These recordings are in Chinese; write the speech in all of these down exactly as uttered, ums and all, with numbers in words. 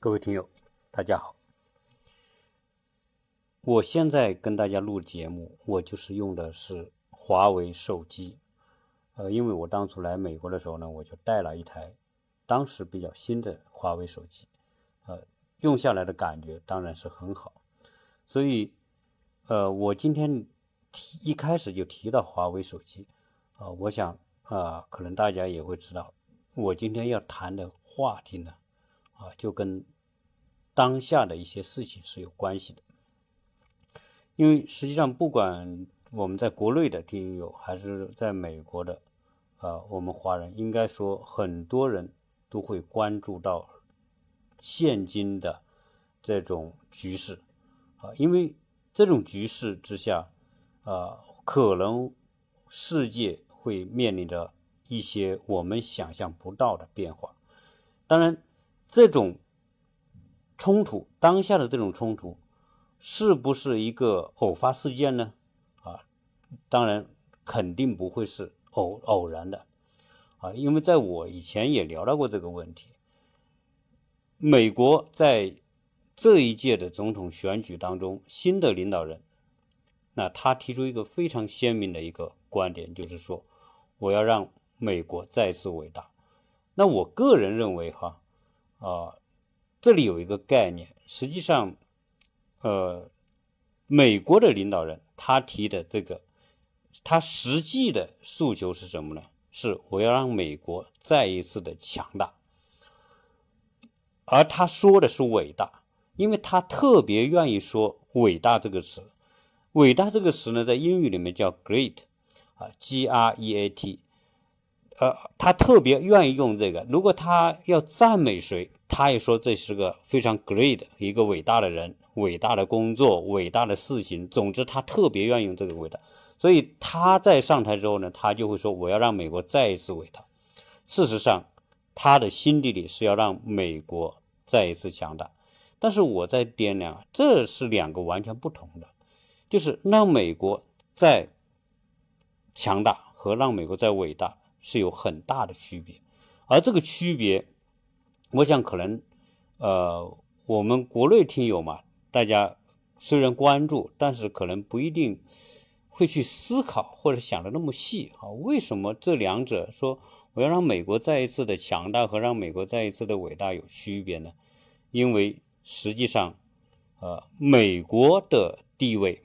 各位听友，大家好。我现在跟大家录节目，我就是用的是华为手机。呃，因为我当初来美国的时候呢，我就带了一台当时比较新的华为手机，呃，用下来的感觉当然是很好。所以，呃，我今天提一开始就提到华为手机，啊、呃，我想啊、呃，可能大家也会知道，我今天要谈的话题呢，啊、呃，就跟当下的一些事情是有关系的。因为实际上不管我们在国内的听友还是在美国的啊、呃，我们华人应该说很多人都会关注到现今的这种局势啊、呃，因为这种局势之下啊、呃，可能世界会面临着一些我们想象不到的变化。当然这种冲突，当下的这种冲突是不是一个偶发事件呢？啊，当然肯定不会是偶偶然的啊，因为在我以前也聊到过这个问题。美国在这一届的总统选举当中，新的领导人，那他提出一个非常鲜明的一个观点，就是说我要让美国再次伟大。那我个人认为哈啊，这里有一个概念，实际上呃，美国的领导人他提的这个，他实际的诉求是什么呢？是我要让美国再一次的强大。而他说的是伟大，因为他特别愿意说伟大这个词。伟大这个词呢，在英语里面叫 great 啊 G R E A T， 呃，他特别愿意用这个。如果他要赞美谁，他也说这是个非常 great 一个伟大的人，伟大的工作，伟大的事情，总之他特别愿意用这个伟大。所以他在上台之后呢，他就会说我要让美国再一次伟大。事实上他的心底里是要让美国再一次强大。但是我在掂量，这是两个完全不同的，就是让美国再强大和让美国再伟大是有很大的区别。而这个区别我想可能呃，我们国内听友嘛，大家虽然关注，但是可能不一定会去思考或者想的那么细啊。为什么这两者说我要让美国再一次的强大和让美国再一次的伟大有区别呢？因为实际上呃，美国的地位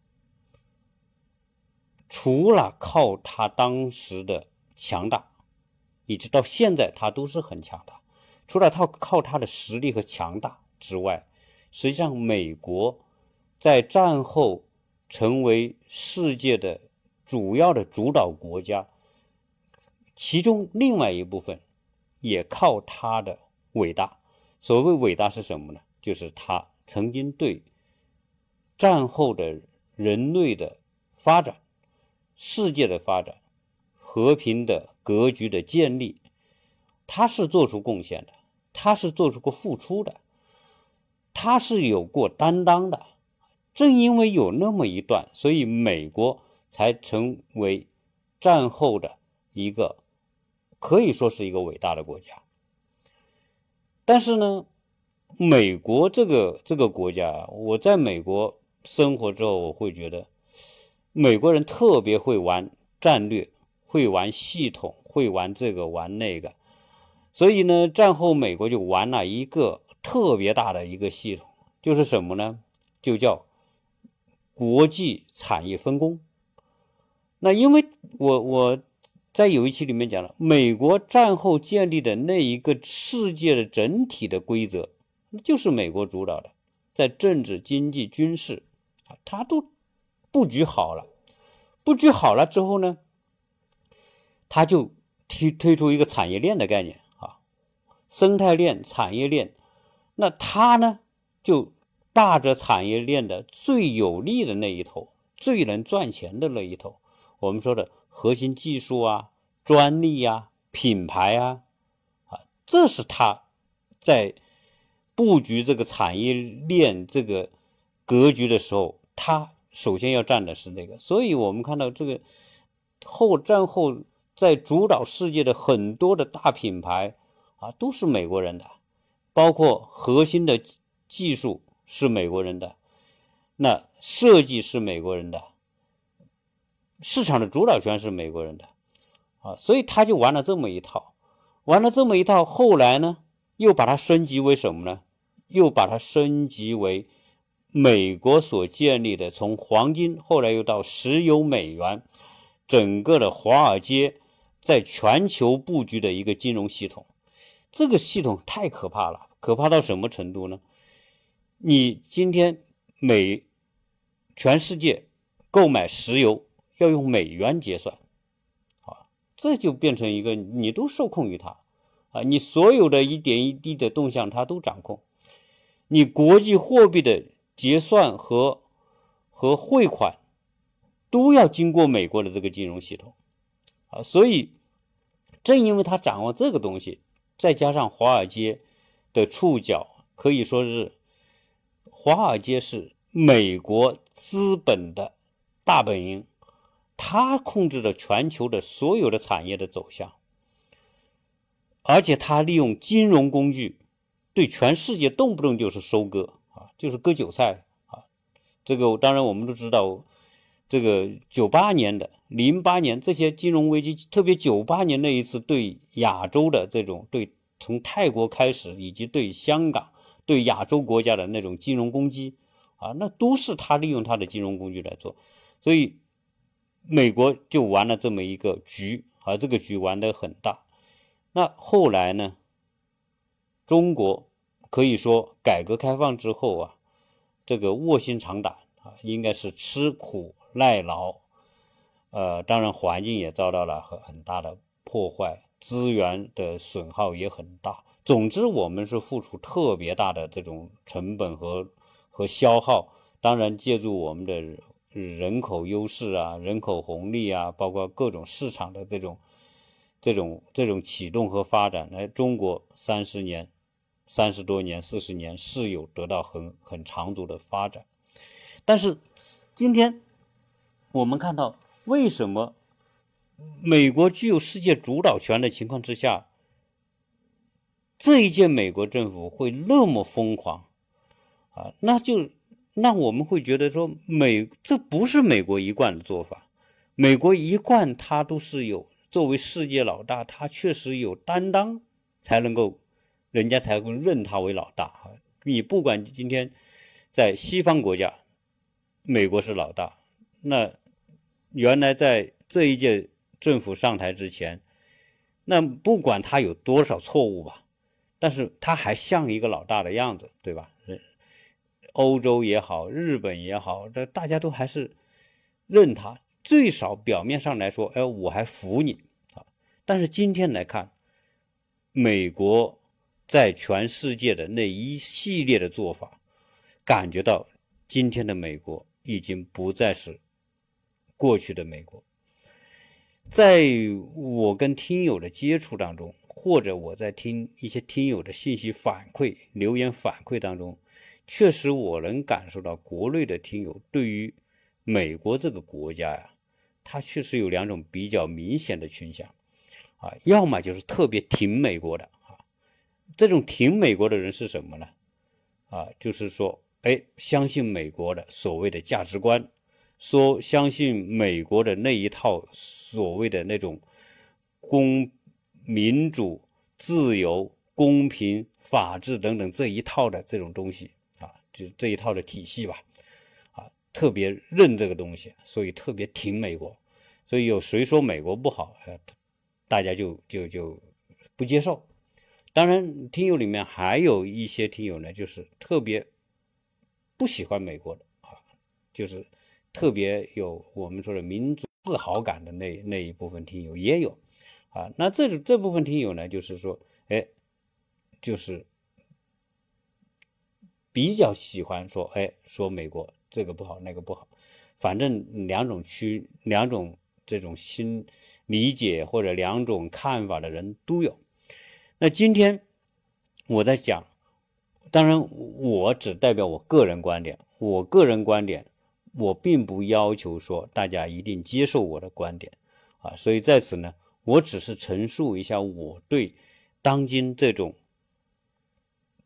除了靠他当时的强大，一直到现在他都是很强大，除了他靠他的实力和强大之外，实际上美国在战后成为世界的主要的主导国家，其中另外一部分也靠他的伟大。所谓伟大是什么呢？就是他曾经对战后的人类的发展、世界的发展、和平的格局的建立，他是做出贡献的，他是做出过付出的，他是有过担当的。正因为有那么一段，所以美国才成为战后的一个可以说是一个伟大的国家。但是呢，美国这个这个国家，我在美国生活之后，我会觉得美国人特别会玩战略，会玩系统，会玩这个玩那个。所以呢，战后美国就玩了一个特别大的一个系统，就是什么呢？就叫国际产业分工。那因为我我在有一期里面讲了，美国战后建立的那一个世界的整体的规则，就是美国主导的，在政治、经济、军事，它都布局好了。布局好了之后呢，它就推推出一个产业链的概念啊，生态链、产业链。那它呢，就霸着产业链的最有利的那一头，最能赚钱的那一头。我们说的核心技术啊、专利啊、品牌啊，啊，这是它在布局这个产业链这个格局的时候，它首先要占的是这个。所以我们看到这个后战后在主导世界的很多的大品牌啊，都是美国人的。 包括核心的技术是美国人的，那设计是美国人的，市场的主导权是美国人的啊，所以他就玩了这么一套，玩了这么一套，后来呢，又把它升级为什么呢？又把它升级为美国所建立的，从黄金后来又到石油美元，整个的华尔街在全球布局的一个金融系统。这个系统太可怕了，可怕到什么程度呢？你今天美全世界购买石油要用美元结算啊，这就变成一个你都受控于它啊，你所有的一点一滴的动向它都掌控，你国际货币的结算和和汇款都要经过美国的这个金融系统啊，所以正因为他掌握这个东西，再加上华尔街的触角，可以说是华尔街是美国资本的大本营，他控制着全球的所有的产业的走向，而且他利用金融工具对全世界动不动就是收割啊，就是割韭菜啊。这个当然我们都知道，这个九八年的零八年这些金融危机，特别九八年那一次对亚洲的这种，对从泰国开始，以及对香港、对亚洲国家的那种金融攻击啊，那都是他利用他的金融工具来做，所以美国就玩了这么一个局啊，这个局玩得很大。那后来呢，中国可以说改革开放之后啊，这个卧薪尝胆啊，应该是吃苦耐劳，呃，当然环境也遭到了很很大的破坏，资源的损耗也很大。总之，我们是付出特别大的这种成本和和消耗。当然，借助我们的人口优势啊、人口红利啊，包括各种市场的这种这种这种启动和发展，来中国三十年、三十多年、四十年是有得到很很长足的发展。但是今天我们看到，为什么美国具有世界主导权的情况之下，这一届美国政府会那么疯狂啊？那就那我们会觉得说，美这不是美国一贯的做法。美国一贯它都是有作为世界老大，它确实有担当，才能够人家才会认他为老大啊。你不管今天在西方国家，美国是老大，那原来在这一届政府上台之前，那不管他有多少错误吧，但是他还像一个老大的样子，对吧？欧洲也好，日本也好，这大家都还是认他，最少表面上来说，哎，我还服你啊。但是今天来看，美国在全世界的那一系列的做法，感觉到今天的美国已经不再是过去的美国。在我跟听友的接触当中，或者我在听一些听友的信息反馈、留言反馈当中，确实我能感受到国内的听友对于美国这个国家呀，它确实有两种比较明显的倾向啊，要么就是特别挺美国的啊，这种挺美国的人是什么呢？啊，就是说，哎，相信美国的所谓的价值观，说相信美国的那一套所谓的那种公民主、自由、公平、法治等等这一套的这种东西啊，就这一套的体系吧，啊，特别认这个东西，所以特别挺美国。所以有谁说美国不好，呃、大家就就就不接受。当然，听友里面还有一些听友呢，就是特别不喜欢美国的啊，就是特别有我们说的民族自豪感的那那一部分听友也有啊。那这这部分听友呢，就是说，哎，就是比较喜欢说，哎，说美国这个不好，那个不好，反正两种区两种这种新理解或者两种看法的人都有。那今天我在讲，当然我只代表我个人观点，我个人观点，我并不要求说大家一定接受我的观点啊，所以在此呢，我只是陈述一下我对当今这种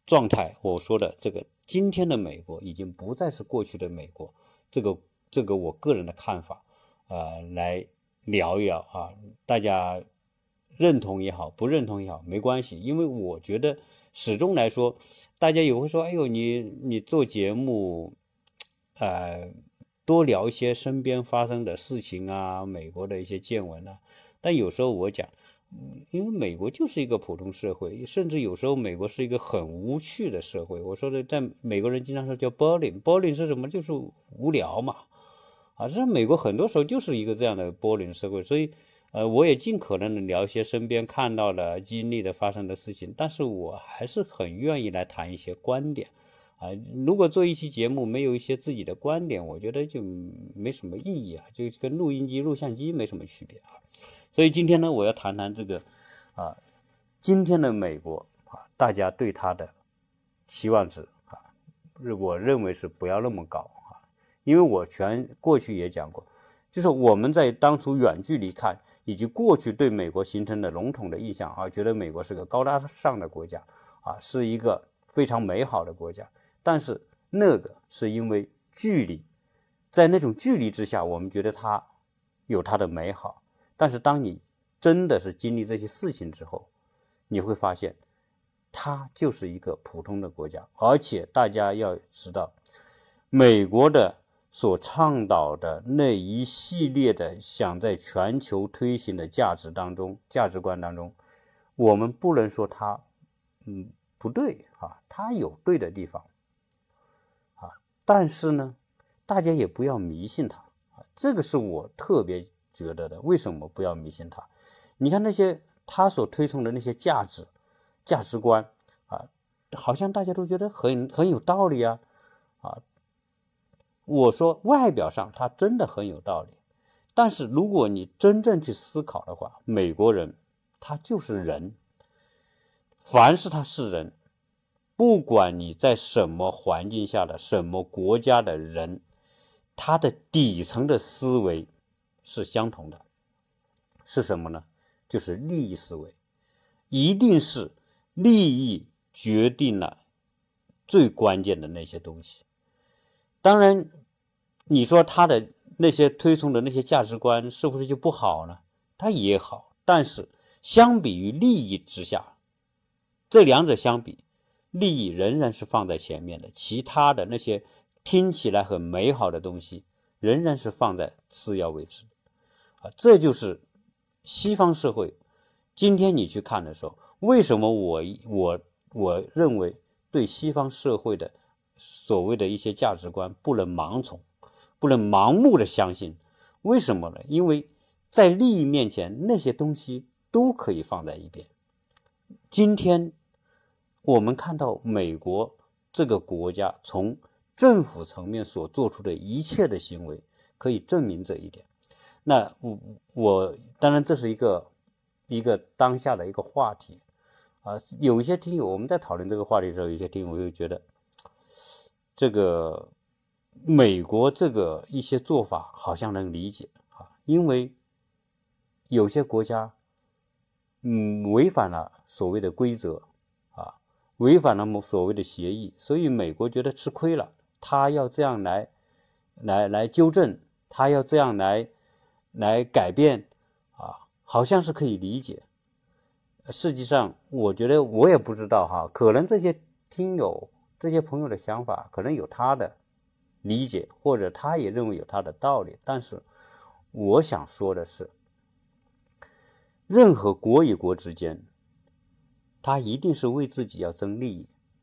状态，我说的这个今天的美国已经不再是过去的美国，这个这个我个人的看法，呃，来聊一聊啊，大家认同也好，不认同也好，没关系，因为我觉得始终来说，大家也会说，哎呦，你你做节目，呃，多聊一些身边发生的事情啊，美国的一些见闻啊，但有时候我讲。因为美国就是一个普通社会，甚至有时候美国是一个很无趣的社会。我说的，在美国人经常说叫 boring，boring 是什么？就是无聊嘛。啊，这美国很多时候就是一个这样的 boring 社会，所以，呃，我也尽可能的聊一些身边看到的、经历的、发生的事情，但是我还是很愿意来谈一些观点。啊，如果做一期节目没有一些自己的观点，我觉得就没什么意义啊，就跟录音机、录像机没什么区别啊。所以今天呢，我要谈谈这个啊，今天的美国啊，大家对它的期望值啊，我认为是不要那么高啊，因为我全过去也讲过，就是我们在当初远距离看，以及过去对美国形成的笼统的印象啊，觉得美国是个高大上的国家啊，是一个非常美好的国家，但是那个是因为距离，在那种距离之下，我们觉得它有它的美好。但是当你真的是经历这些事情之后，你会发现它就是一个普通的国家。而且大家要知道，美国的所倡导的那一系列的想在全球推行的价值当中价值观当中，我们不能说它嗯不对啊，它有对的地方啊，但是呢大家也不要迷信它啊，这个是我特别觉得的。为什么不要迷信它？你看那些他所推崇的那些价值价值观啊，好像大家都觉得很很有道理啊啊！我说外表上他真的很有道理，但是如果你真正去思考的话，美国人他就是人，凡是他是人，不管你在什么环境下的什么国家的人，他的底层的思维是相同的，是什么呢？就是利益思维，一定是利益决定了最关键的那些东西。当然，你说他的那些推崇的那些价值观是不是就不好呢？它也好，但是相比于利益之下，这两者相比，利益仍然是放在前面的，其他的那些听起来很美好的东西仍然是放在次要位置啊。这就是西方社会今天你去看的时候，为什么我我我认为对西方社会的所谓的一些价值观不能盲从，不能盲目的相信？为什么呢？因为在利益面前，那些东西都可以放在一边。今天我们看到美国这个国家从政府层面所做出的一切的行为，可以证明这一点。那我我当然这是一个一个当下的一个话题啊，有一些听友我们在讨论这个话题的时候，有一些听友就觉得这个美国这个一些做法好像能理解啊，因为有些国家嗯违反了所谓的规则啊，违反了所谓的协议，所以美国觉得吃亏了，他要这样来来来纠正，他要这样来来改变啊，好像是可以理解。实际上我觉得我也不知道哈，可能这些听友这些朋友的想法可能有他的理解，或者他也认为有他的道理，但是我想说的是，任何国与国之间他一定是为自己要争利益，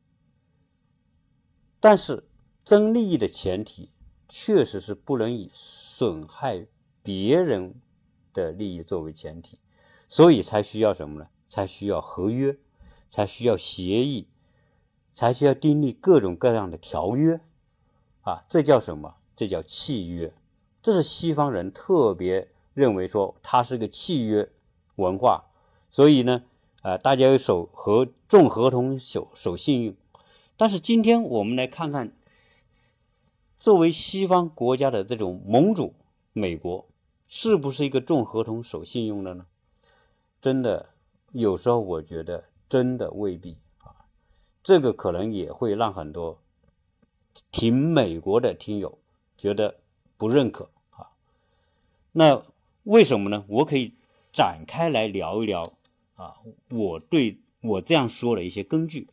但是争利益的前提确实是不能以损害别人的利益作为前提，所以才需要什么呢？才需要合约，才需要协议，才需要订立各种各样的条约啊，这叫什么？这叫契约。这是西方人特别认为说它是个契约文化，所以呢，呃，大家要守合重合同，守守信用。但是今天我们来看看，作为西方国家的这种盟主美国，是不是一个重合同守信用的呢？真的有时候我觉得真的未必啊。 这个可能也会让很多挺美国的听友觉得不认可啊。那为什么呢？我可以展开来聊一聊啊，我对我这样说的一些根据。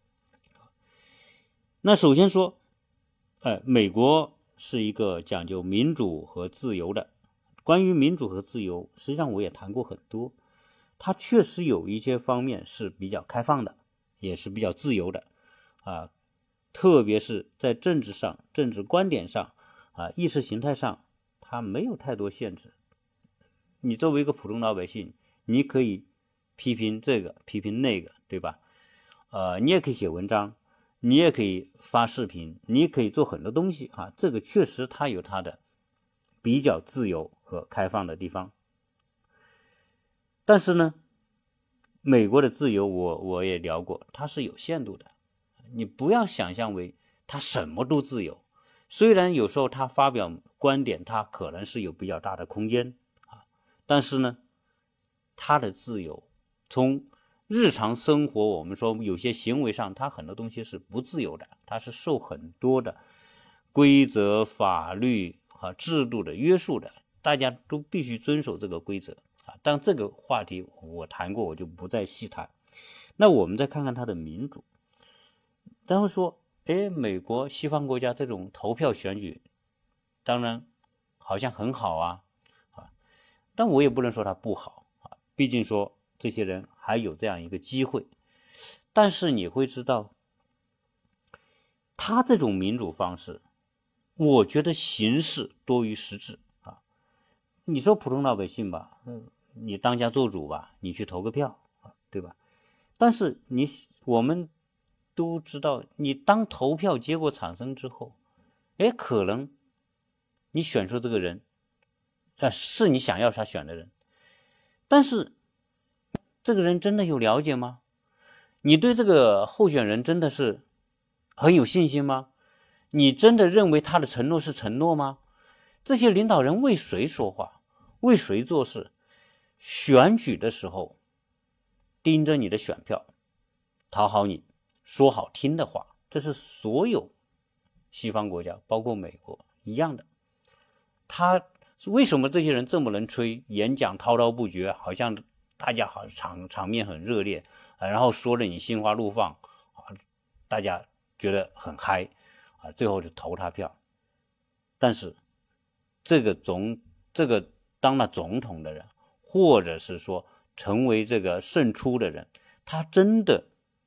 那首先说，呃，美国是一个讲究民主和自由的。关于民主和自由，实际上我也谈过很多，它确实有一些方面是比较开放的，也是比较自由的啊，特别是在政治上、政治观点上啊、意识形态上，它没有太多限制。你作为一个普通老百姓，你可以批评这个，批评那个，对吧？呃，你也可以写文章，你也可以发视频，你也可以做很多东西啊。这个确实它有它的比较自由和开放的地方。但是呢，美国的自由我我也聊过，它是有限度的。你不要想象为它什么都自由，虽然有时候他发表观点，他可能是有比较大的空间啊，但是呢，他的自由从日常生活，我们说有些行为上，他很多东西是不自由的，他是受很多的规则、法律和制度的约束的，大家都必须遵守这个规则啊。但这个话题我谈过，我就不再细谈。那我们再看看它的民主，然后说，哎，美国西方国家这种投票选举，当然好像很好啊，啊，但我也不能说它不好啊，毕竟说这些人还有这样一个机会。但是你会知道，他这种民主方式，我觉得形式多于实质啊。你说普通老百姓吧，嗯，你当家做主吧，你去投个票啊，对吧？但是你我们都知道，你当投票结果产生之后，哎，可能你选出这个人，呃，是你想要他选的人，但是这个人真的有了解吗？你对这个候选人真的是很有信心吗？你真的认为他的承诺是承诺吗？这些领导人为谁说话，为谁做事？选举的时候盯着你的选票，讨好你，说好听的话，这是所有西方国家包括美国一样的。他为什么这些人这么能吹，演讲滔滔不绝，好像大家好场场面很热烈，然后说的你心花怒放啊，大家觉得很嗨啊，最后就投他票。但是这个总这个当了总统的人，或者是说成为这个胜出的人，他真的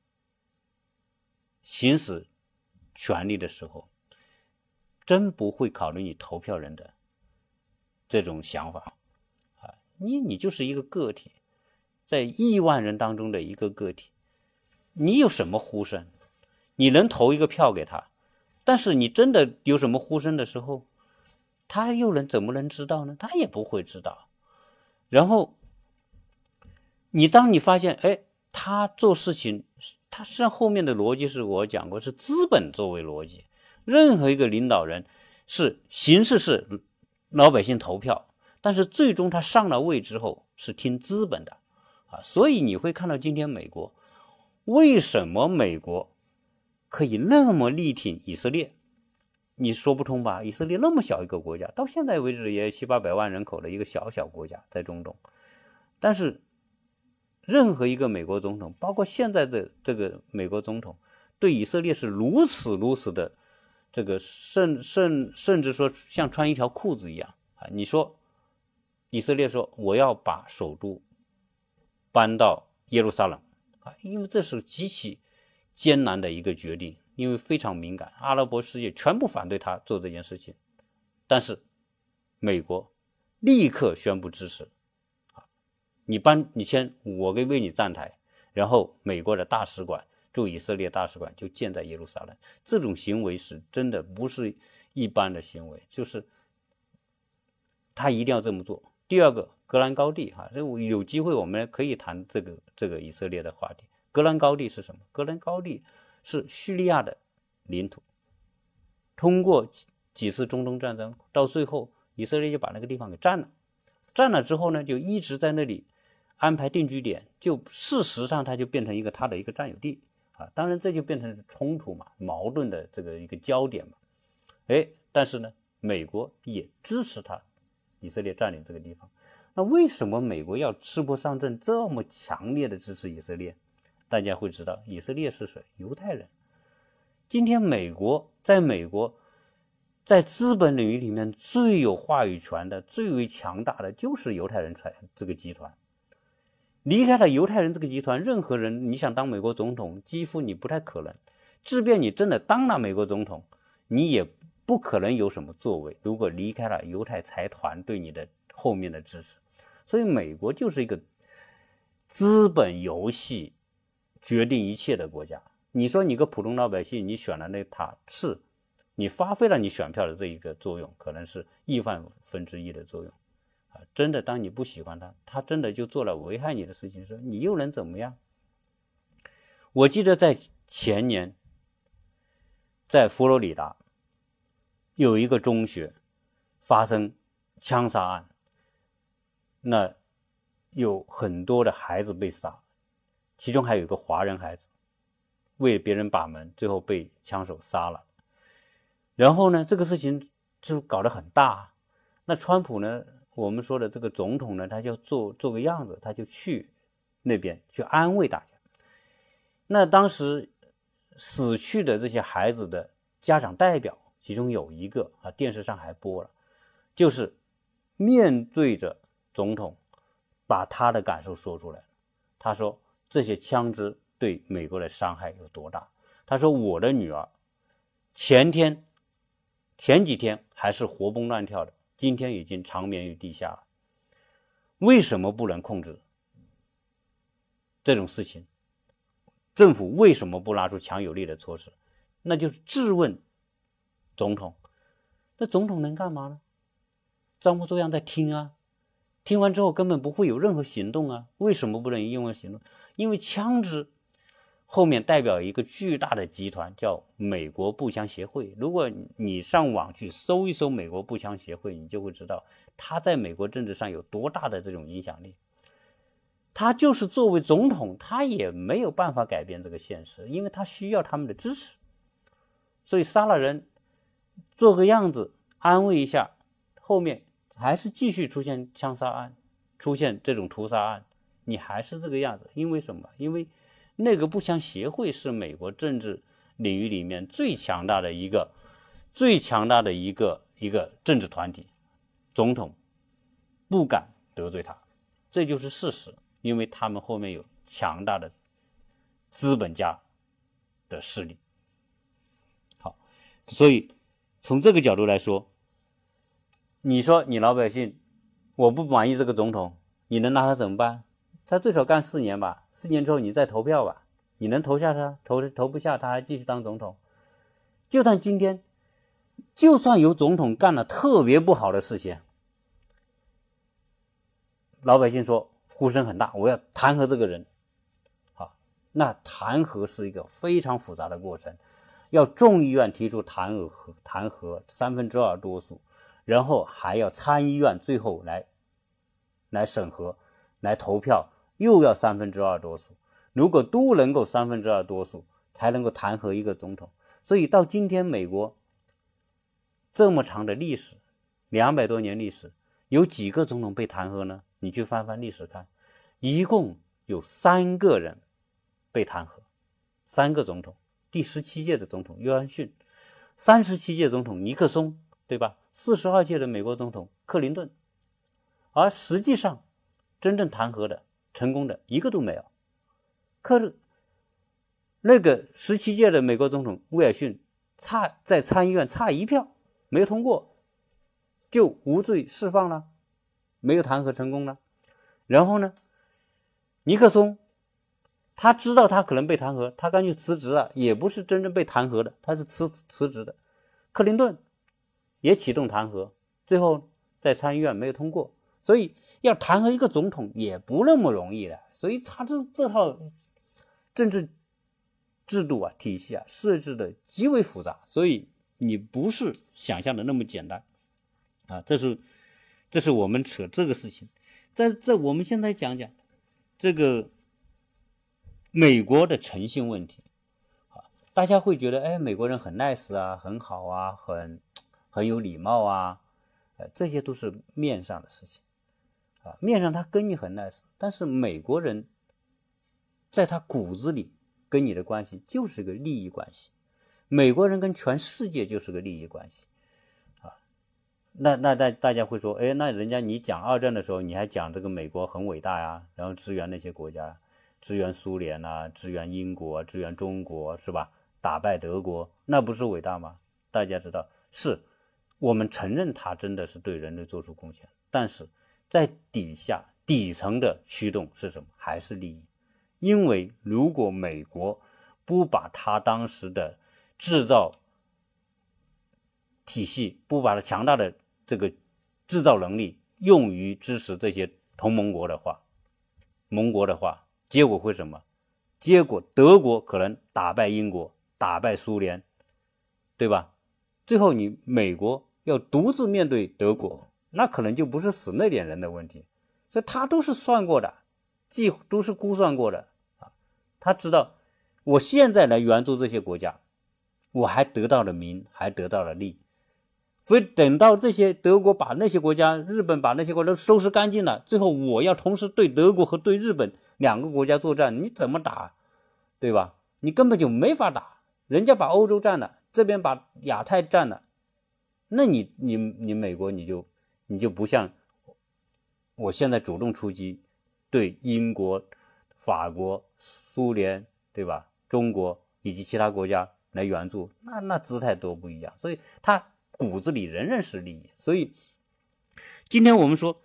行使权力的时候，真不会考虑你投票人的这种想法啊，你你就是一个个体，在亿万人当中的一个个体，你有什么呼声？你能投一个票给他，但是你真的有什么呼声的时候，他又能怎么能知道呢？他也不会知道。然后你当你发现，哎，他做事情，他实际上后面的逻辑是我讲过，是资本作为逻辑。任何一个领导人是形式是老百姓投票，但是最终他上了位之后是听资本的啊。所以你会看到今天美国，为什么美国可以那么力挺以色列？你说不通吧？以色列那么小一个国家，到现在为止也七八百万人口的一个小小国家，在中东，但是任何一个美国总统，包括现在的这个美国总统，对以色列是如此如此的这个甚甚甚至说像穿一条裤子一样啊！你说以色列说我要把首都搬到耶路撒冷啊，因为这是极其艰难的一个决定，因为非常敏感，阿拉伯世界全部反对他做这件事情，但是美国立刻宣布支持，你搬你先，我给为你站台，然后美国的大使馆驻以色列大使馆就建在耶路撒冷。这种行为是真的不是一般的行为，就是他一定要这么做。第二个，戈兰高地哈，有机会我们可以谈这个这个以色列的话题。戈兰高地是什么？戈兰高地是叙利亚的领土，通过几次中东战争，到最后以色列就把那个地方给占了，占了之后呢，就一直在那里安排定居点，就事实上它就变成一个它的一个占有地啊，当然这就变成冲突嘛，矛盾的这个一个焦点嘛。哎，但是呢，美国也支持他以色列占领这个地方。那为什么美国要赤膊上阵，这么强烈的支持以色列？大家会知道，以色列是谁？犹太人。今天美国在美国在资本领域里面最有话语权的、最为强大的就是犹太人这个集团。离开了犹太人这个集团，任何人你想当美国总统，几乎你不太可能。即便你真的当了美国总统，你也不可能有什么作为，如果离开了犹太财团对你的后面的支持。所以美国就是一个资本游戏决定一切的国家。你说你个普通老百姓，你选了那他是你发挥了你选票的这一个作用，可能是亿万分之一的作用啊！真的，当你不喜欢他，他真的就做了危害你的事情的时候，你又能怎么样？我记得在前年，在佛罗里达有一个中学发生枪杀案，那有很多的孩子被杀，其中还有一个华人孩子为别人把门，最后被枪手杀了。然后呢，这个事情就搞得很大。那川普呢，我们说的这个总统呢，他就做做个样子，他就去那边去安慰大家。那当时死去的这些孩子的家长代表，其中有一个啊，电视上还播了，就是面对着总统，把他的感受说出来。他说这些枪支对美国的伤害有多大。他说我的女儿前天前几天还是活蹦乱跳的，今天已经长眠于地下了。为什么不能控制这种事情？政府为什么不拿出强有力的措施？那就是质问总统。那总统能干嘛呢？装模作样在听啊，听完之后根本不会有任何行动啊。为什么不能用行动？因为枪支后面代表一个巨大的集团，叫美国步枪协会。如果你上网去搜一搜美国步枪协会，你就会知道他在美国政治上有多大的这种影响力。他就是作为总统，他也没有办法改变这个现实，因为他需要他们的支持。所以杀了人做个样子安慰一下，后面还是继续出现枪杀案，出现这种屠杀案，你还是这个样子。因为什么？因为那个步枪协会是美国政治领域里面最强大的一个最强大的一个一个政治团体，总统不敢得罪他，这就是事实。因为他们后面有强大的资本家的势力。好，所以从这个角度来说，你说你老百姓我不满意这个总统，你能拿他怎么办？他最少干四年吧，四年之后你再投票吧，你能投下他？投投不下，他还继续当总统。就算今天，就算有总统干了特别不好的事情，老百姓说呼声很大，我要弹劾这个人。好，那弹劾是一个非常复杂的过程，要众议院提出弹劾，弹劾三分之二多数，然后还要参议院最后来来审核，来投票，又要三分之二多数。如果都能够三分之二多数，才能够弹劾一个总统。所以到今天，美国这么长的历史，两百多年历史，有几个总统被弹劾呢？你去翻翻历史看，一共有三个人被弹劾，三个总统。第十七届的总统约翰逊，三十七届总统尼克松，对吧？四十二届的美国总统克林顿，而实际上真正弹劾的成功的一个都没有。克那个十七届的美国总统威尔逊差在参议院差一票没有通过，就无罪释放了，没有弹劾成功了。然后呢，尼克松他知道他可能被弹劾，他干脆辞职了，也不是真正被弹劾的，他是辞辞职的。克林顿也启动弹劾，最后在参议院没有通过。所以要弹劾一个总统也不那么容易的，所以他这这套政治制度啊体系啊设置的极为复杂，所以你不是想象的那么简单啊。这是这是我们扯这个事情。在这我们现在讲讲这个美国的诚信问题。 大家会觉得，哎，美国人很 nice 啊，很好啊，很很有礼貌啊，呃，这些都是面上的事情啊，面上他跟你很 nice， 但是美国人在他骨子里跟你的关系就是个利益关系，美国人跟全世界就是个利益关系啊。那那大大家会说，哎，那人家你讲二战的时候，你还讲这个美国很伟大呀，然后支援那些国家，支援苏联啊，支援英国，支援中国，是吧？打败德国，那不是伟大吗？大家知道，是我们承认他真的是对人类做出贡献，但是在底下底层的驱动是什么？还是利益。因为如果美国不把他当时的制造体系，不把他强大的这个制造能力用于支持这些同盟国的话，盟国的话，结果会什么？结果德国可能打败英国，打败苏联，对吧？最后你美国要独自面对德国，那可能就不是死那点人的问题，所以他都是算过的，计都是估算过的啊。他知道我现在来援助这些国家，我还得到了名，还得到了利，所以等到这些德国把那些国家，日本把那些国家都收拾干净了，最后我要同时对德国和对日本两个国家作战，你怎么打？对吧？你根本就没法打，人家把欧洲占了，这边把亚太占了，那你你你美国你就你就不像我现在主动出击，对英国、法国、苏联，对吧？中国以及其他国家来援助，那那姿态都不一样，所以他骨子里仍然是利益。所以今天我们说，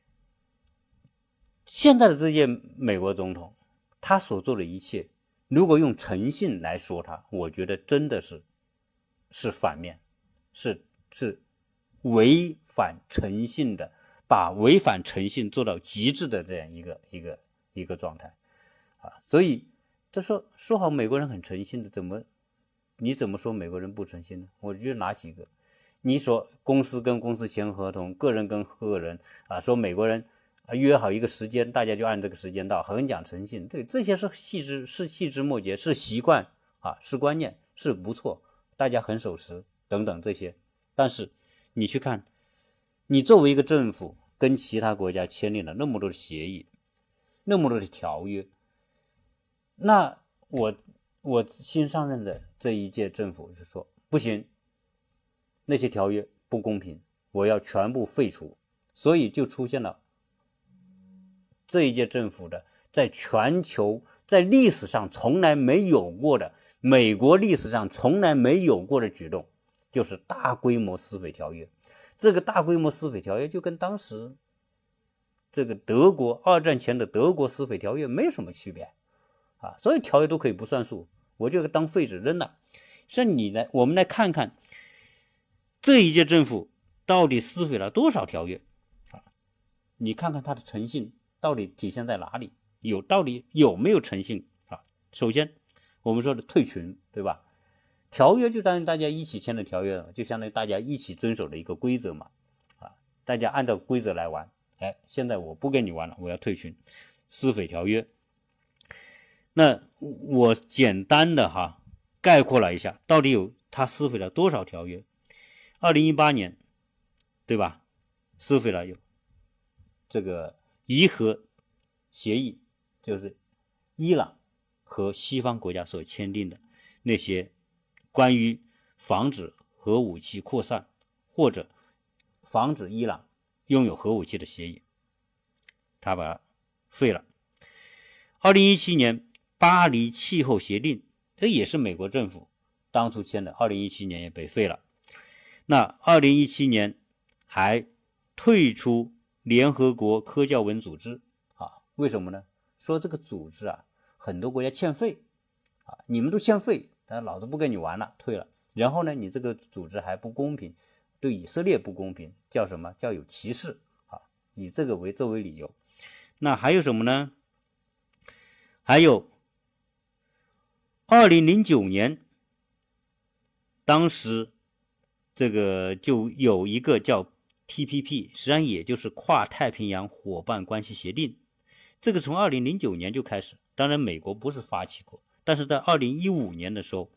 现在的这届美国总统，他所做的一切，如果用诚信来说他，我觉得真的是是反面，是是违反诚信的，把违反诚信做到极致的这样一个一个一个状态啊。所以这说说好美国人很诚信的，怎么你怎么说美国人不诚信呢？我觉得哪几个？你说公司跟公司签合同，个人跟个人啊，说美国人啊约好一个时间，大家就按这个时间到，很讲诚信，这这些是细枝是细枝末节，是习惯啊，是观念，是不错，大家很守时等等这些。但是你去看，你作为一个政府跟其他国家签订了那么多的协议，那么多的条约，那我我新上任的这一届政府是说不行，那些条约不公平，我要全部废除，所以就出现了这一届政府的在全球在历史上从来没有过的，美国历史上从来没有过的举动，就是大规模撕毁条约。这个大规模撕毁条约就跟当时这个德国二战前的德国撕毁条约没有什么区别啊，所有条约都可以不算数，我就当废纸扔了。所以你来，我们来看看这一届政府到底撕毁了多少条约啊？你看看他的诚信到底体现在哪里？有到底有没有诚信啊？首先，我们说的退群，对吧？条约就当于大家一起签的条约，就相当于大家一起遵守的一个规则嘛，啊，大家按照规则来玩。哎，现在我不跟你玩了，我要退群，撕毁条约。那我简单的哈概括了一下，到底有他撕毁了多少条约？二零一八年，对吧？撕毁了有这个伊核协议，就是伊朗和西方国家所签订的那些关于防止核武器扩散或者防止伊朗拥有核武器的协议，他把它废了。二零一七年巴黎气候协定，这也是美国政府当初签的，二零一七年也被废了。那二零一七年还退出联合国科教文组织啊？为什么呢？说这个组织啊，很多国家欠费啊，你们都欠费，但老子不跟你玩了，退了。然后呢，你这个组织还不公平，对以色列不公平，叫什么？叫有歧视啊，以这个为作为理由。那还有什么呢？还有二零零九年，当时这个就有一个叫 T P P， 实际上也就是跨太平洋伙伴关系协定。这个从二零零九年就开始，当然美国不是发起过，但是在二零一五年的时候，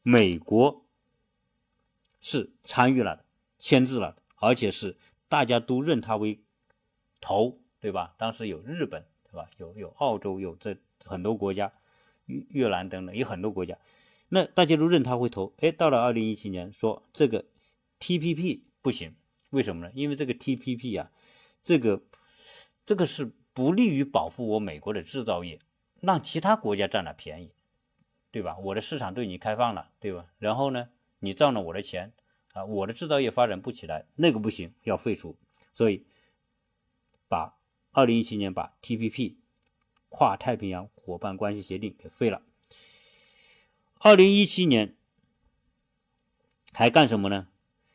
美国是参与了的，签字了的，而且是大家都认他为头，对吧？当时有日本，对吧？有有澳洲，有这很多国家，越越南等等，有很多国家，那大家都认他为头。哎，到了二零一七年，说这个 T P P 不行，为什么呢？因为这个 T P P 啊，这个这个是不利于保护我美国的制造业，让其他国家占了便宜，对吧？我的市场对你开放了，对吧？然后呢，你赚了我的钱啊，我的制造业发展不起来，那个不行，要废除。所以把二零一七年把 T P P 跨太平洋伙伴关系协定给废了。二零一七年还干什么呢？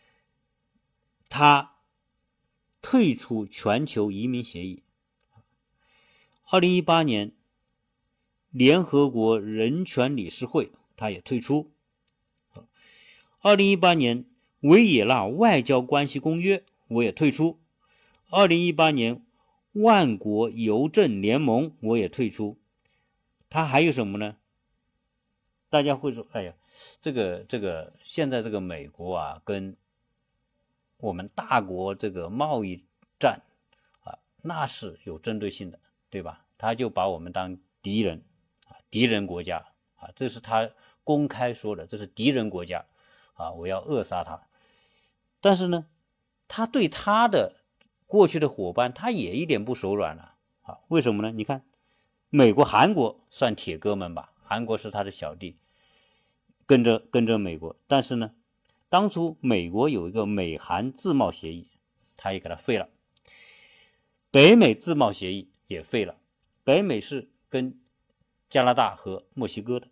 他退出全球移民协议。二零一八年联合国人权理事会他也退出。二零一八年维也纳外交关系公约我也退出。二零一八年万国邮政联盟我也退出。他还有什么呢？大家会说，哎呀，这个这个现在这个美国啊，跟我们大国这个贸易战啊，那是有针对性的，对吧？他就把我们当敌人啊，敌人国家啊，这是他公开说的，这是敌人国家啊，我要扼杀他。但是呢，他对他的过去的伙伴，他也一点不手软了啊。为什么呢？你看，美国、韩国算铁哥们吧，韩国是他的小弟，跟着跟着美国。但是呢，当初美国有一个美韩自贸协议，他也给他废了。北美自贸协议也废了，北美是跟加拿大和墨西哥的。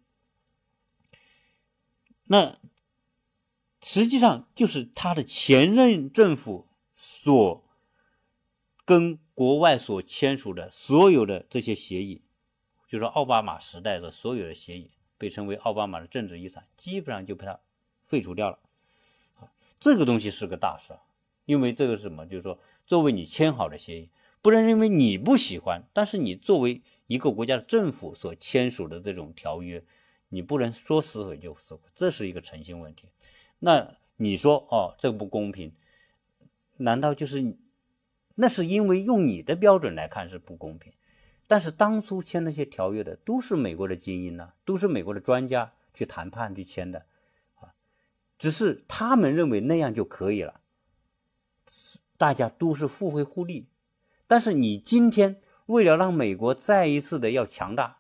那实际上就是他的前任政府所跟国外所签署的所有的这些协议，就是奥巴马时代的所有的协议，被称为奥巴马的政治遗产，基本上就被他废除掉了。这个东西是个大事，因为这个是什么？就是说，作为你签好的协议，不能因为你不喜欢，但是你作为一个国家的政府所签署的这种条约，你不能说撕毁就撕毁，这是一个诚信问题。那你说哦，这不公平，难道就是那是因为用你的标准来看是不公平？但是当初签那些条约的都是美国的精英啊，都是美国的专家去谈判去签的啊，只是他们认为那样就可以了，大家都是互惠互利。但是你今天为了让美国再一次的要强大，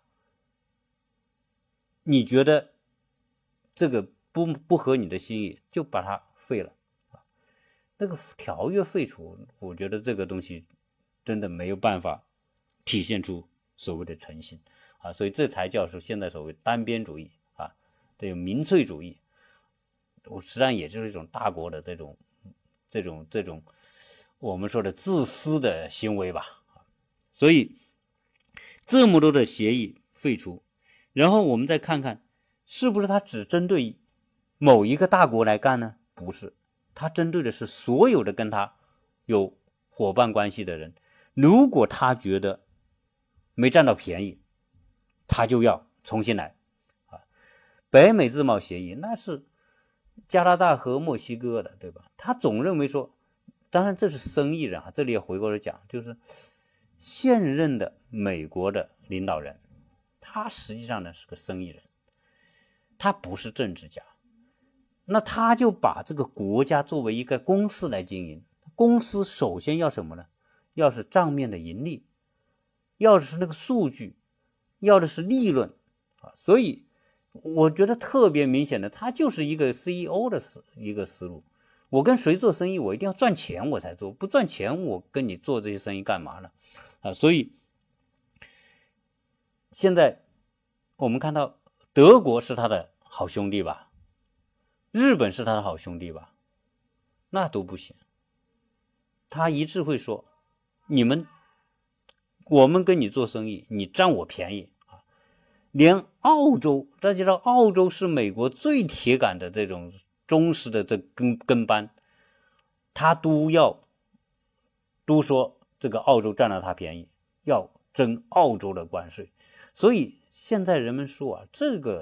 你觉得这个不不合你的心意，就把它废了。那个条约废除，我觉得这个东西真的没有办法体现出所谓的诚信啊，所以这才叫做现在所谓单边主义啊，这种民粹主义，我实际上也就是一种大国的这种这种这种我们说的自私的行为吧。所以这么多的协议废除，然后我们再看看是不是他只针对某一个大国来干呢？不是，他针对的是所有的跟他有伙伴关系的人。如果他觉得没占到便宜，他就要重新来啊。北美自贸协议那是加拿大和墨西哥的，对吧？他总认为说，当然这是生意人啊，这里也回过来讲，就是现任的美国的领导人，他实际上呢是个生意人，他不是政治家。那他就把这个国家作为一个公司来经营，公司首先要什么呢？要是账面的盈利，要的是那个数据，要的是利润啊。所以我觉得特别明显的，他就是一个 C E O 的思一个思路。我跟谁做生意，我一定要赚钱我才做，不赚钱我跟你做这些生意干嘛呢？啊，所以现在我们看到德国是他的好兄弟吧，日本是他的好兄弟吧，那都不行。他一致会说，你们我们跟你做生意，你占我便宜啊。连澳洲，大家知道澳洲是美国最铁杆的这种忠实的这跟跟班，他都要都说这个澳洲占了他便宜，要征澳洲的关税。所以现在人们说啊，这个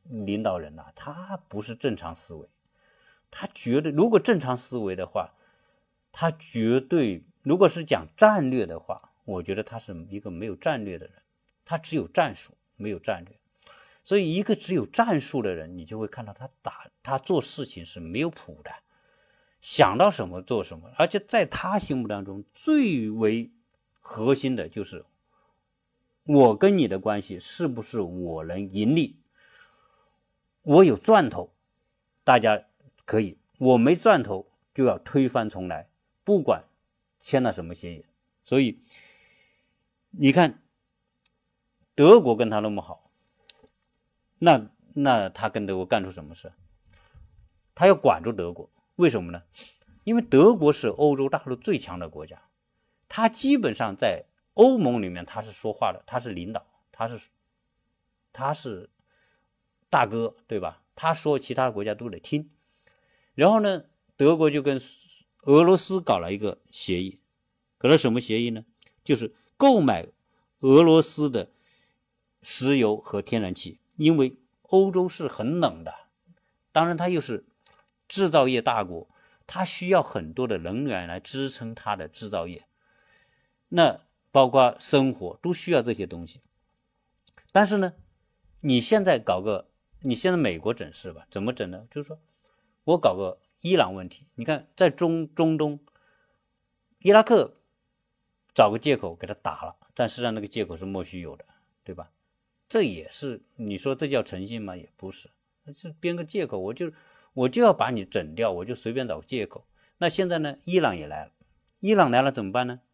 领导人呐、啊，他不是正常思维，他绝对，如果正常思维的话，他绝对，如果是讲战略的话，我觉得他是一个没有战略的人，他只有战术，没有战略。所以一个只有战术的人，你就会看到他打他做事情是没有谱的，想到什么做什么，而且在他心目当中最为核心的就是我跟你的关系是不是我能盈利，我有赚头大家可以，我没赚头就要推翻重来，不管签了什么协议。所以你看德国跟他那么好，那那他跟德国干出什么事？他要管住德国，为什么呢？因为德国是欧洲大陆最强的国家，他基本上在欧盟里面他是说话的，他是领导，他是他是大哥，对吧？他说其他国家都得听。然后呢，德国就跟俄罗斯搞了一个协议，搞了什么协议呢？就是购买俄罗斯的石油和天然气，因为欧洲是很冷的，当然它又是制造业大国，它需要很多的能源来支撑它的制造业，那包括生活都需要这些东西。但是呢，你现在搞个，你现在美国整事吧，怎么整呢？就是说我搞个伊朗问题，你看在中中东，伊拉克找个借口给他打了，但实际上那个借口是莫须有的，对吧？这也是，你说这叫诚信吗？也不是，是编个借口，我就我就要把你整掉，我就随便找个借口。那现在呢，伊朗也来了，伊朗来了怎么办呢？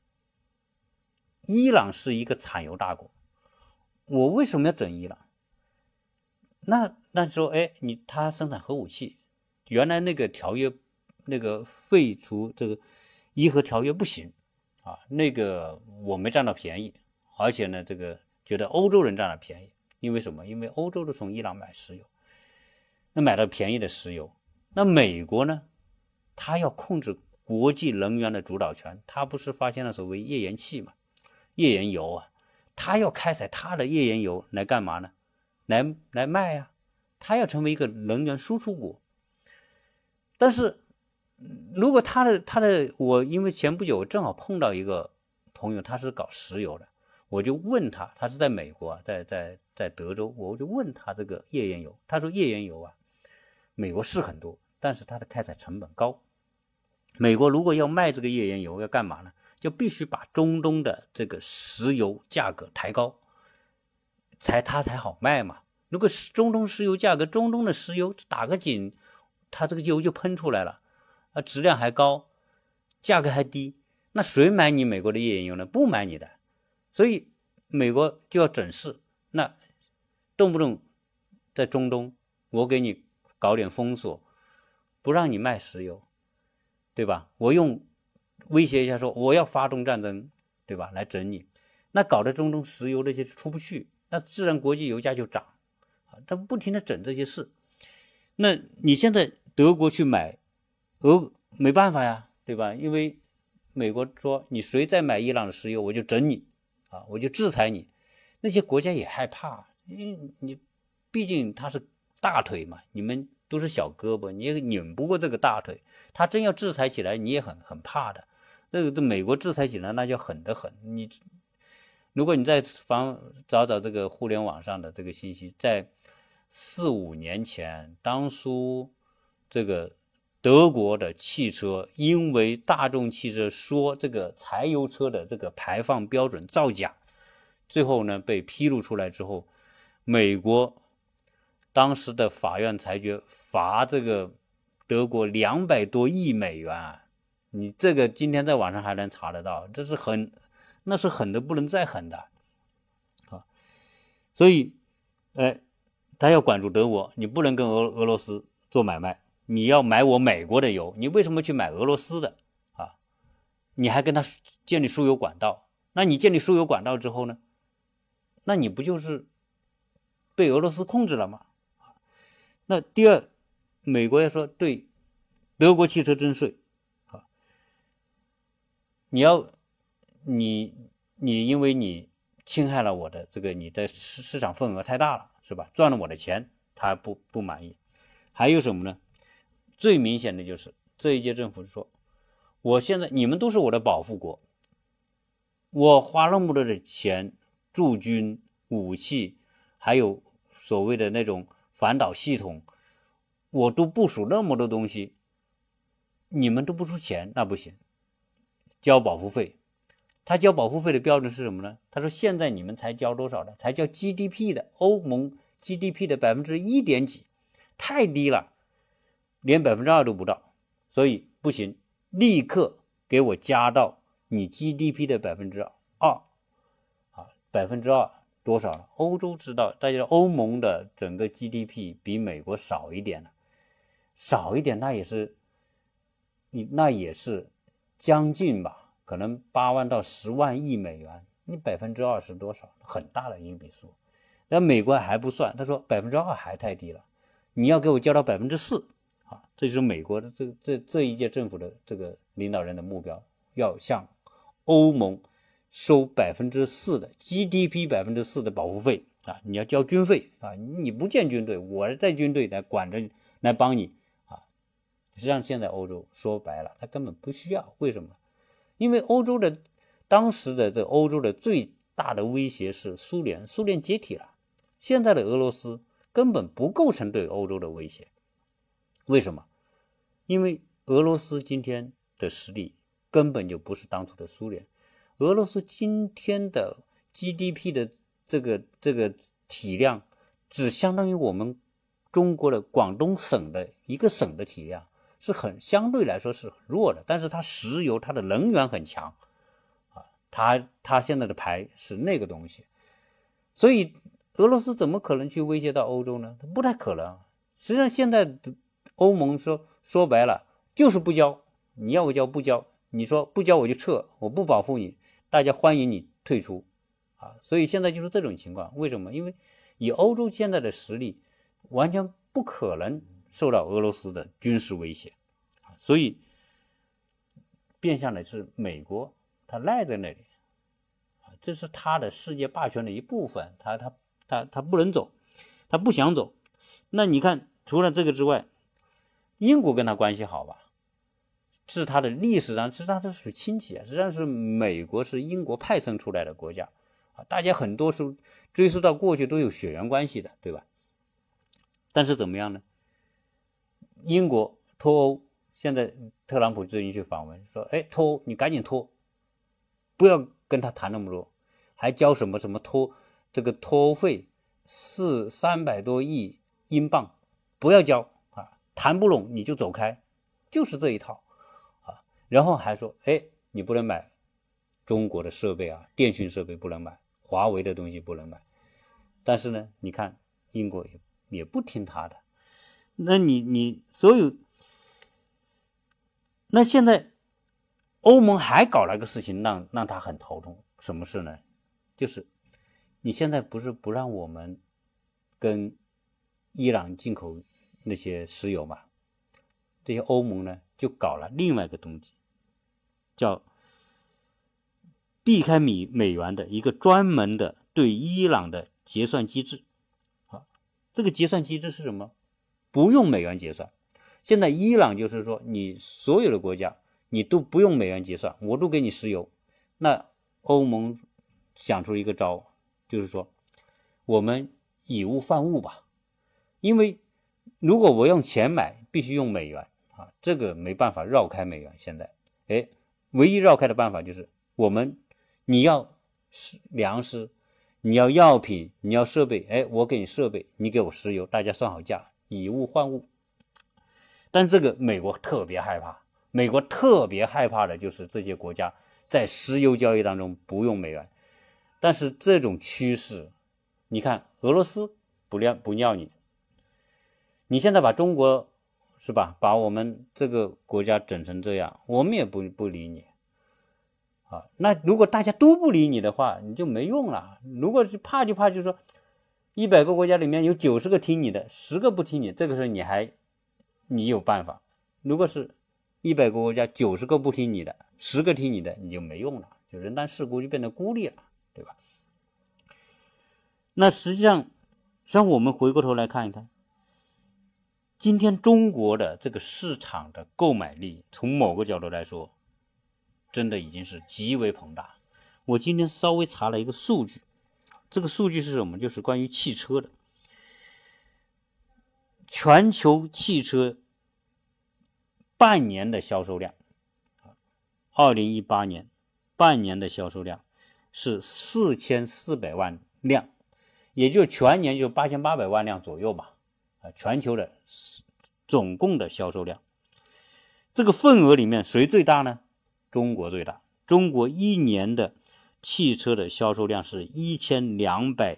伊朗是一个产油大国，我为什么要整伊朗？那那说，哎，你他生产核武器，原来那个条约，那个废除这个伊核条约不行啊，那个我没占到便宜，而且呢，这个觉得欧洲人占了便宜，因为什么？因为欧洲都从伊朗买石油，那买到便宜的石油，那美国呢？他要控制国际能源的主导权，他不是发现了所谓页岩气嘛，页岩油啊，他要开采他的页岩油来干嘛呢？来来卖啊，他要成为一个能源输出国。但是如果他的他的我因为前不久我正好碰到一个朋友，他是搞石油的，我就问他，他是在美国啊，在在在德州，我就问他这个页岩油，他说页岩油啊，美国是很多，但是它的开采成本高。美国如果要卖这个页岩油要干嘛呢？就必须把中东的这个石油价格抬高，才它才好卖嘛。如果中东石油价格，中东的石油打个紧，它这个油就喷出来了，啊，质量还高，价格还低，那谁买你美国的页岩油呢？不买你的。所以美国就要整事，那动不动在中东我给你搞点封锁，不让你卖石油，对吧？我用威胁一下说我要发动战争，对吧？来整你，那搞得中东石油那些出不去，那自然国际油价就涨啊，他不停的整这些事。那你现在德国去买俄没办法呀，对吧？因为美国说你谁再买伊朗的石油我就整你啊，我就制裁你。那些国家也害怕，因为你毕竟他是大腿嘛，你们都是小胳膊，你也拧不过这个大腿，他真要制裁起来你也很很怕的。这个这美国制裁起来那就狠得很。你如果你再访找找这个互联网上的这个信息，在四五年前，当初这个德国的汽车因为大众汽车说这个柴油车的这个排放标准造假，最后呢被披露出来之后，美国当时的法院裁决罚这个德国两百多亿美元啊，你这个今天在网上还能查得到，这是很那是狠的不能再狠的啊。所以呃他要管住德国，你不能跟俄俄罗斯做买卖，你要买我美国的油，你为什么去买俄罗斯的啊？你还跟他建立输油管道，那你建立输油管道之后呢，那你不就是被俄罗斯控制了吗？那第二，美国要说对德国汽车征税啊，你要你你因为你侵害了我的这个，你的市市场份额太大了，是吧？赚了我的钱他不不满意。还有什么呢？最明显的就是这一届政府说，我现在你们都是我的保护国，我花那么多的钱驻军、武器，还有所谓的那种反导系统，我都部署那么多东西，你们都不出钱，那不行，交保护费。他交保护费的标准是什么呢？他说现在你们才交多少的？才交 G D P 的，欧盟 G D P 的百分之一点几，太低了，连百分之二都不到，所以不行，立刻给我加到你 G D P 的百分之二，啊，百分之二多少了？欧洲知道，大家欧盟的整个 G D P 比美国少一点了，少一点那也是，那也是将近吧。可能八万到十万亿美元，你百分之二是多少？很大的一笔数。但美国还不算，他说百分之二还太低了，你要给我交到百分之四啊！这就是美国的这这这一届政府的这个领导人的目标，要向欧盟收百分之四的 G D P 百分之四的保护费啊！你要交军费啊！你不建军队，我在军队来管着来帮你啊！实际上现在欧洲说白了，他根本不需要，为什么？因为欧洲的当时的这欧洲的最大的威胁是苏联，苏联解体了，现在的俄罗斯根本不构成对欧洲的威胁。为什么？因为俄罗斯今天的实力根本就不是当初的苏联，俄罗斯今天的 G D P 的这个这个体量只相当于我们中国的广东省的一个省的体量，是很相对来说是很弱的，但是它石油它的能源很强啊，它它现在的牌是那个东西，所以俄罗斯怎么可能去威胁到欧洲呢？不太可能。实际上现在欧盟说说白了就是不交，你要我交不交，你说不交我就撤，我不保护你，大家欢迎你退出啊，所以现在就是这种情况。为什么？因为以欧洲现在的实力，完全不可能受到俄罗斯的军事威胁，所以变相的是美国他赖在那里，这是他的世界霸权的一部分，他他他他不能走，他不想走。那你看，除了这个之外，英国跟他关系好吧？是他的历史上，实际上这是亲戚啊，实际上是美国是英国派生出来的国家啊，大家很多是追溯到过去都有血缘关系的，对吧？但是怎么样呢？英国脱欧，现在特朗普最近去访问，说，哎，脱欧你赶紧脱，不要跟他谈那么多，还交什么什么脱这个脱欧费四三百多亿英镑，不要交啊，谈不拢你就走开，就是这一套啊。然后还说，哎，你不能买中国的设备啊，电讯设备不能买，华为的东西不能买。但是呢，你看英国也也不听他的。那你你所有，那现在欧盟还搞了个事情让让他很头痛，什么事呢？就是你现在不是不让我们跟伊朗进口那些石油嘛？这些欧盟呢就搞了另外一个东西，叫避开美美元的一个专门的对伊朗的结算机制。啊，这个结算机制是什么？不用美元结算。现在伊朗就是说，你所有的国家你都不用美元结算，我都给你石油。那欧盟想出一个招，就是说我们以物换物吧，因为如果我用钱买必须用美元啊，这个没办法绕开美元。现在哎，唯一绕开的办法就是我们你要粮食，你要药品，你要设备，哎，我给你设备，你给我石油，大家算好价，以物换物。但这个美国特别害怕，美国特别害怕的就是这些国家在石油交易当中不用美元。但是这种趋势，你看俄罗斯不要不要你，你现在把中国是吧，把我们这个国家整成这样，我们也不不理你啊。那如果大家都不理你的话，你就没用了。如果是怕就怕，就是说一百个国家里面有九十个听你的，十个不听你，这个时候你还你有办法。如果是一百个国家九十个不听你的，十个听你的，你就没用了，就人单势孤，就变得孤立了，对吧？那实际上，让我们回过头来看一看， 今天中国的这个市场的购买力，从某个角度来说，真的已经是极为庞大。我今天稍微查了一个数据，这个数据是什么？就是关于汽车的。全球汽车半年的销售量，二零一八年半年的销售量是四千四百万辆，也就是全年就八千八百万辆左右吧。啊，全球的总共的销售量，这个份额里面谁最大呢？中国最大。中国一年的汽车的销售量是一千两百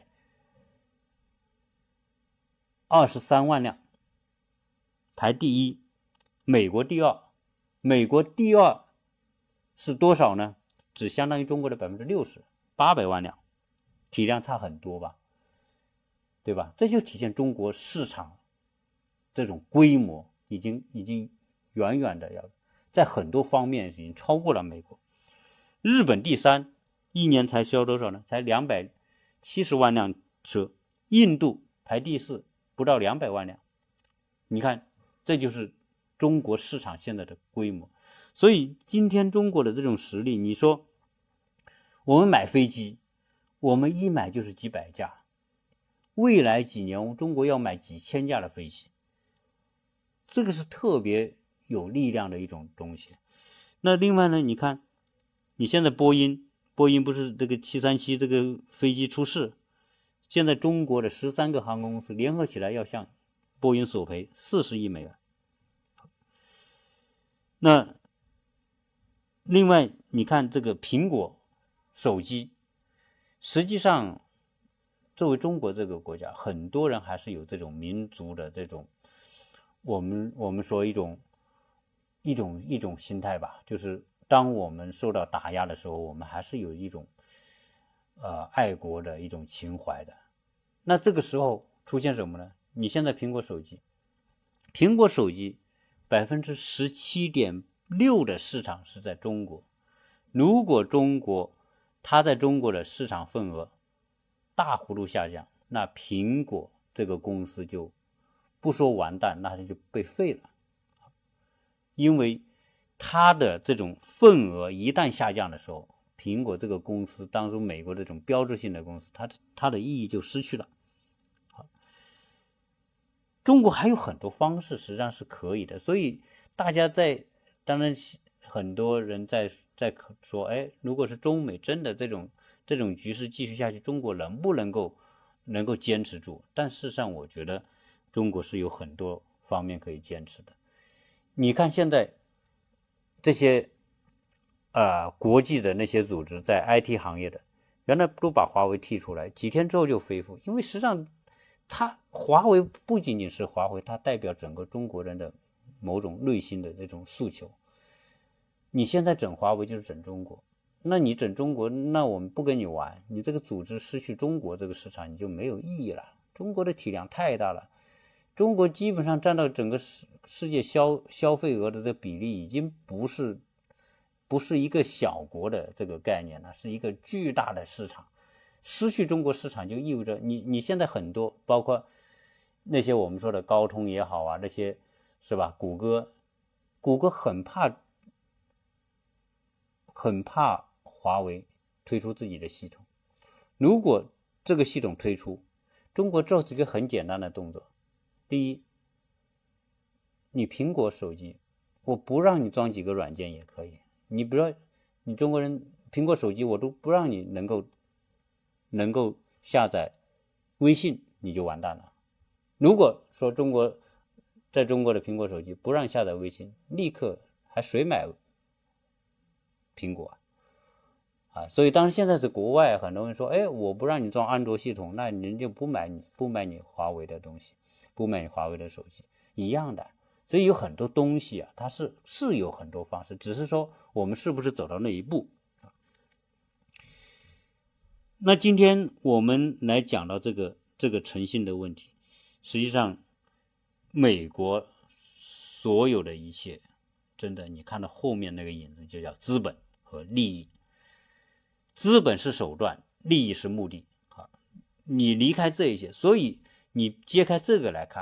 二十三万辆，排第一。美国第二，美国第二是多少呢？只相当于中国的百分之六十，八百万辆，体量差很多吧，对吧？这就体现中国市场这种规模已经已经远远的要在很多方面已经超过了美国。日本第三，一年才销多少呢？才两百七十万辆车。印度排第四，不到两百万辆。你看，这就是中国市场现在的规模。所以今天中国的这种实力，你说我们买飞机，我们一买就是几百架，未来几年中国要买几千架的飞机，这个是特别有力量的一种东西。那另外呢，你看你现在波音波音不是这个七三七这个飞机出事，现在中国的十三个航空公司联合起来要向波音索赔四十亿美元。那另外你看这个苹果手机，实际上作为中国这个国家，很多人还是有这种民族的这种我们我们说一种一种一种心态吧，就是当我们受到打压的时候，我们还是有一种呃爱国的一种情怀的。那这个时候出现什么呢？你现在苹果手机，苹果手机百分之十七点六的市场是在中国。如果中国它在中国的市场份额大幅度下降，那苹果这个公司就不说完蛋，那它就被废了。因为它的这种份额一旦下降的时候，苹果这个公司当初美国这种标志性的公司，它的它的意义就失去了。好，中国还有很多方式实际上是可以的，所以大家在当然很多人在在说，哎，如果是中美真的这种这种局势继续下去，中国能不能够能够坚持住？但事实上我觉得中国是有很多方面可以坚持的。你看现在这些呃国际的那些组织在 I T 行业的，原来都把华为剔出来，几天之后就恢复。因为实际上它华为不仅仅是华为，它代表整个中国人的某种内心的这种诉求。你现在整华为就是整中国，那你整中国，那我们不跟你玩，你这个组织失去中国这个市场你就没有意义了。中国的体量太大了，中国基本上占到整个世界消消费额的这个比例已经不是不是一个小国的这个概念了，是一个巨大的市场。失去中国市场就意味着你你现在很多包括那些我们说的高通也好啊，那些是吧，谷歌谷歌很怕很怕华为推出自己的系统。如果这个系统推出，中国做一个很简单的动作，第一，你苹果手机我不让你装几个软件也可以，你不要你中国人苹果手机我都不让你能够能够下载微信，你就完蛋了。如果说中国在中国的苹果手机不让下载微信，立刻还谁买苹果啊？所以当然现在是国外很多人说，哎，我不让你装安卓系统，那人就不买你不买你华为的东西，不买你华为的手机一样的。所以有很多东西啊，它是是有很多方式，只是说我们是不是走到那一步。那今天我们来讲到这个这个诚信的问题，实际上美国所有的一切真的，你看到后面那个影子就叫资本和利益。资本是手段，利益是目的。好，你离开这一些，所以你揭开这个来看，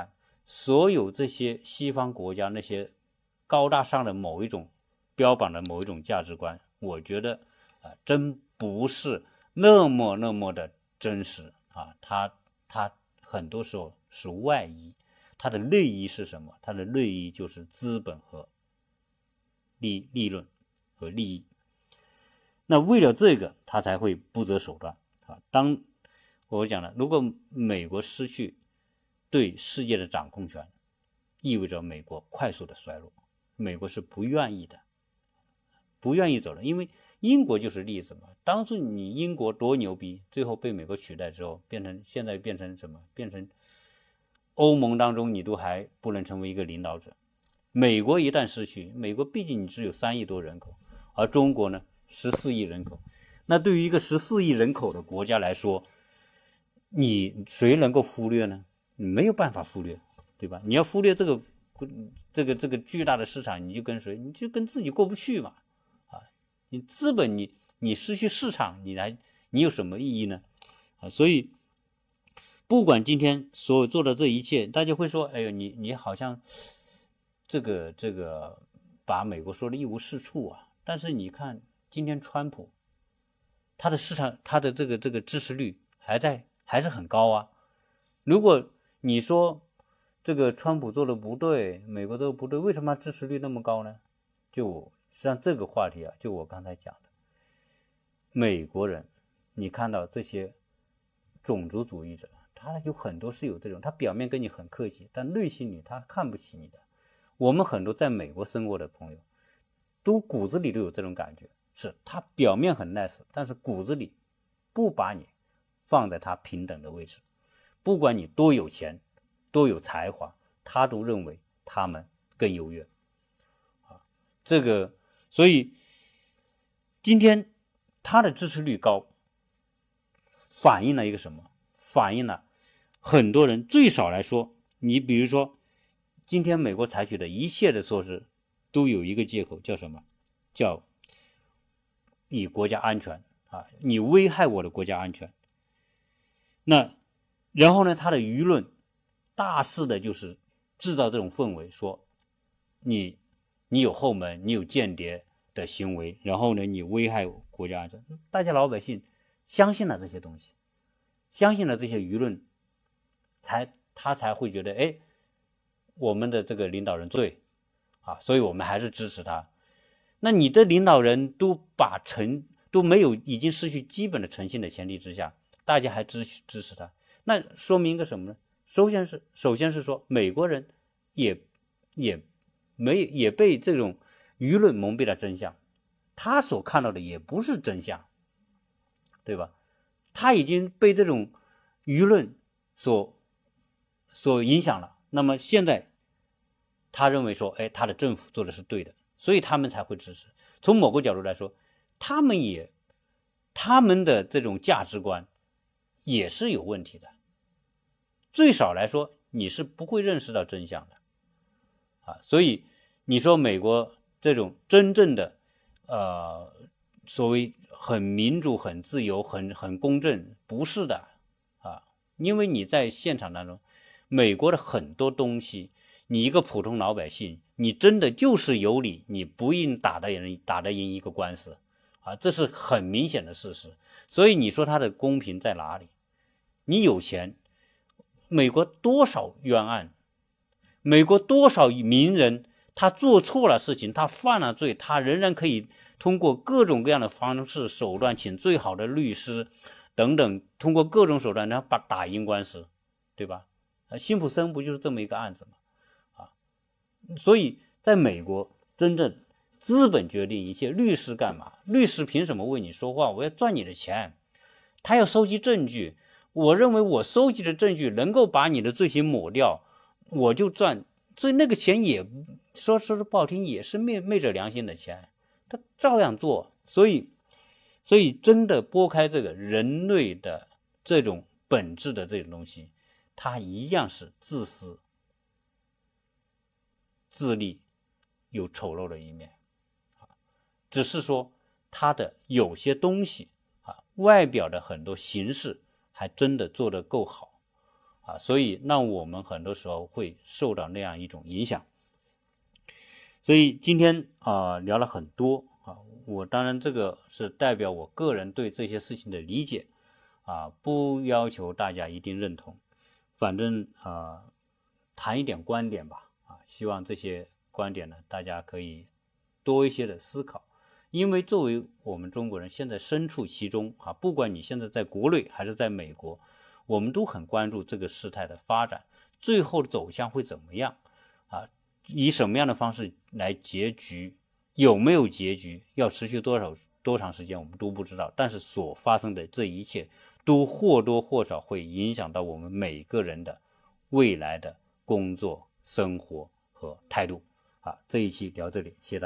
所有这些西方国家那些高大上的某一种标榜的某一种价值观，我觉得啊、呃，真不是那么那么的真实啊，它它很多时候是外衣，它的内衣是什么？它的内衣就是资本和利利润和利益。那为了这个，他才会不择手段啊。当我讲了，如果美国失去对世界的掌控权，意味着美国快速的衰落，美国是不愿意的，不愿意走的。因为英国就是例子嘛，当初你英国多牛逼，最后被美国取代之后，变成现在变成什么？变成欧盟当中你都还不能成为一个领导者。美国一旦失去，美国毕竟你只有三亿多人口，而中国呢十四亿人口，那对于一个十四亿人口的国家来说，你谁能够忽略呢？你没有办法忽略，对吧？你要忽略这个这个这个巨大的市场，你就跟谁？你就跟自己过不去嘛，啊，你资本你你失去市场，你来你有什么意义呢？啊，所以不管今天所有做的这一切，大家会说，哎呦，你你好像这个这个把美国说的一无是处啊。但是你看今天川普，他的市场他的这个这个支持率还在还是很高啊。如果你说这个川普做的不对，美国做的不对，为什么支持率那么高呢？就实际上这个话题啊，就我刚才讲的，美国人，你看到这些种族主义者，他有很多是有这种，他表面跟你很客气，但内心里他看不起你的。我们很多在美国生活的朋友，都骨子里都有这种感觉，是他表面很 nice， 但是骨子里不把你放在他平等的位置，不管你多有钱多有才华，他都认为他们更优越啊。这个所以今天他的支持率高，反映了一个什么？反映了很多人，最少来说，你比如说今天美国采取的一切的措施都有一个借口，叫什么？叫以国家安全啊，你危害我的国家安全。那然后呢，他的舆论大肆的就是制造这种氛围，说你你有后门，你有间谍的行为，然后呢，你危害国家安全。大家老百姓相信了这些东西，相信了这些舆论，才他才会觉得，哎，我们的这个领导人对啊，所以我们还是支持他。那你的领导人都把诚都没有，已经失去基本的诚信的前提之下，大家还支持支持他，那说明一个什么呢？首先是首先是说美国人也也没也被这种舆论蒙蔽了真相，他所看到的也不是真相，对吧？他已经被这种舆论所所影响了，那么现在他认为说，哎，他的政府做的是对的，所以他们才会支持。从某个角度来说，他们也他们的这种价值观也是有问题的，最少来说你是不会认识到真相的啊。所以你说美国这种真正的呃所谓很民主很自由很很公正，不是的啊。因为你在现场当中，美国的很多东西，你一个普通老百姓，你真的就是有理，你不应打得赢打得赢一个官司啊，这是很明显的事实。所以你说它的公平在哪里？你有钱，美国多少冤案，美国多少名人，他做错了事情，他犯了罪，他仍然可以通过各种各样的方式手段，请最好的律师等等，通过各种手段然后把打赢官司，对吧？辛普森不就是这么一个案子吗？啊，所以在美国，真正资本决定一切，律师干嘛？律师凭什么为你说话？我要赚你的钱，他要收集证据。我认为我收集的证据能够把你的罪行抹掉，我就赚。所以那个钱也说说的不好听，也是昧昧着良心的钱，他照样做。所以，所以真的拨开这个人类的这种本质的这种东西，它一样是自私、自利、有丑陋的一面。只是说它的有些东西啊，外表的很多形式还真的做得够好啊，所以让我们很多时候会受到那样一种影响。所以今天啊、呃、聊了很多啊，我当然这个是代表我个人对这些事情的理解啊，不要求大家一定认同，反正啊谈一点观点吧啊，希望这些观点呢大家可以多一些的思考，因为作为我们中国人现在身处其中啊，不管你现在在国内还是在美国，我们都很关注这个事态的发展，最后的走向会怎么样啊？以什么样的方式来结局，有没有结局，要持续多少多长时间我们都不知道，但是所发生的这一切都或多或少会影响到我们每个人的未来的工作、生活和态度啊。这一期聊这里，谢谢大家。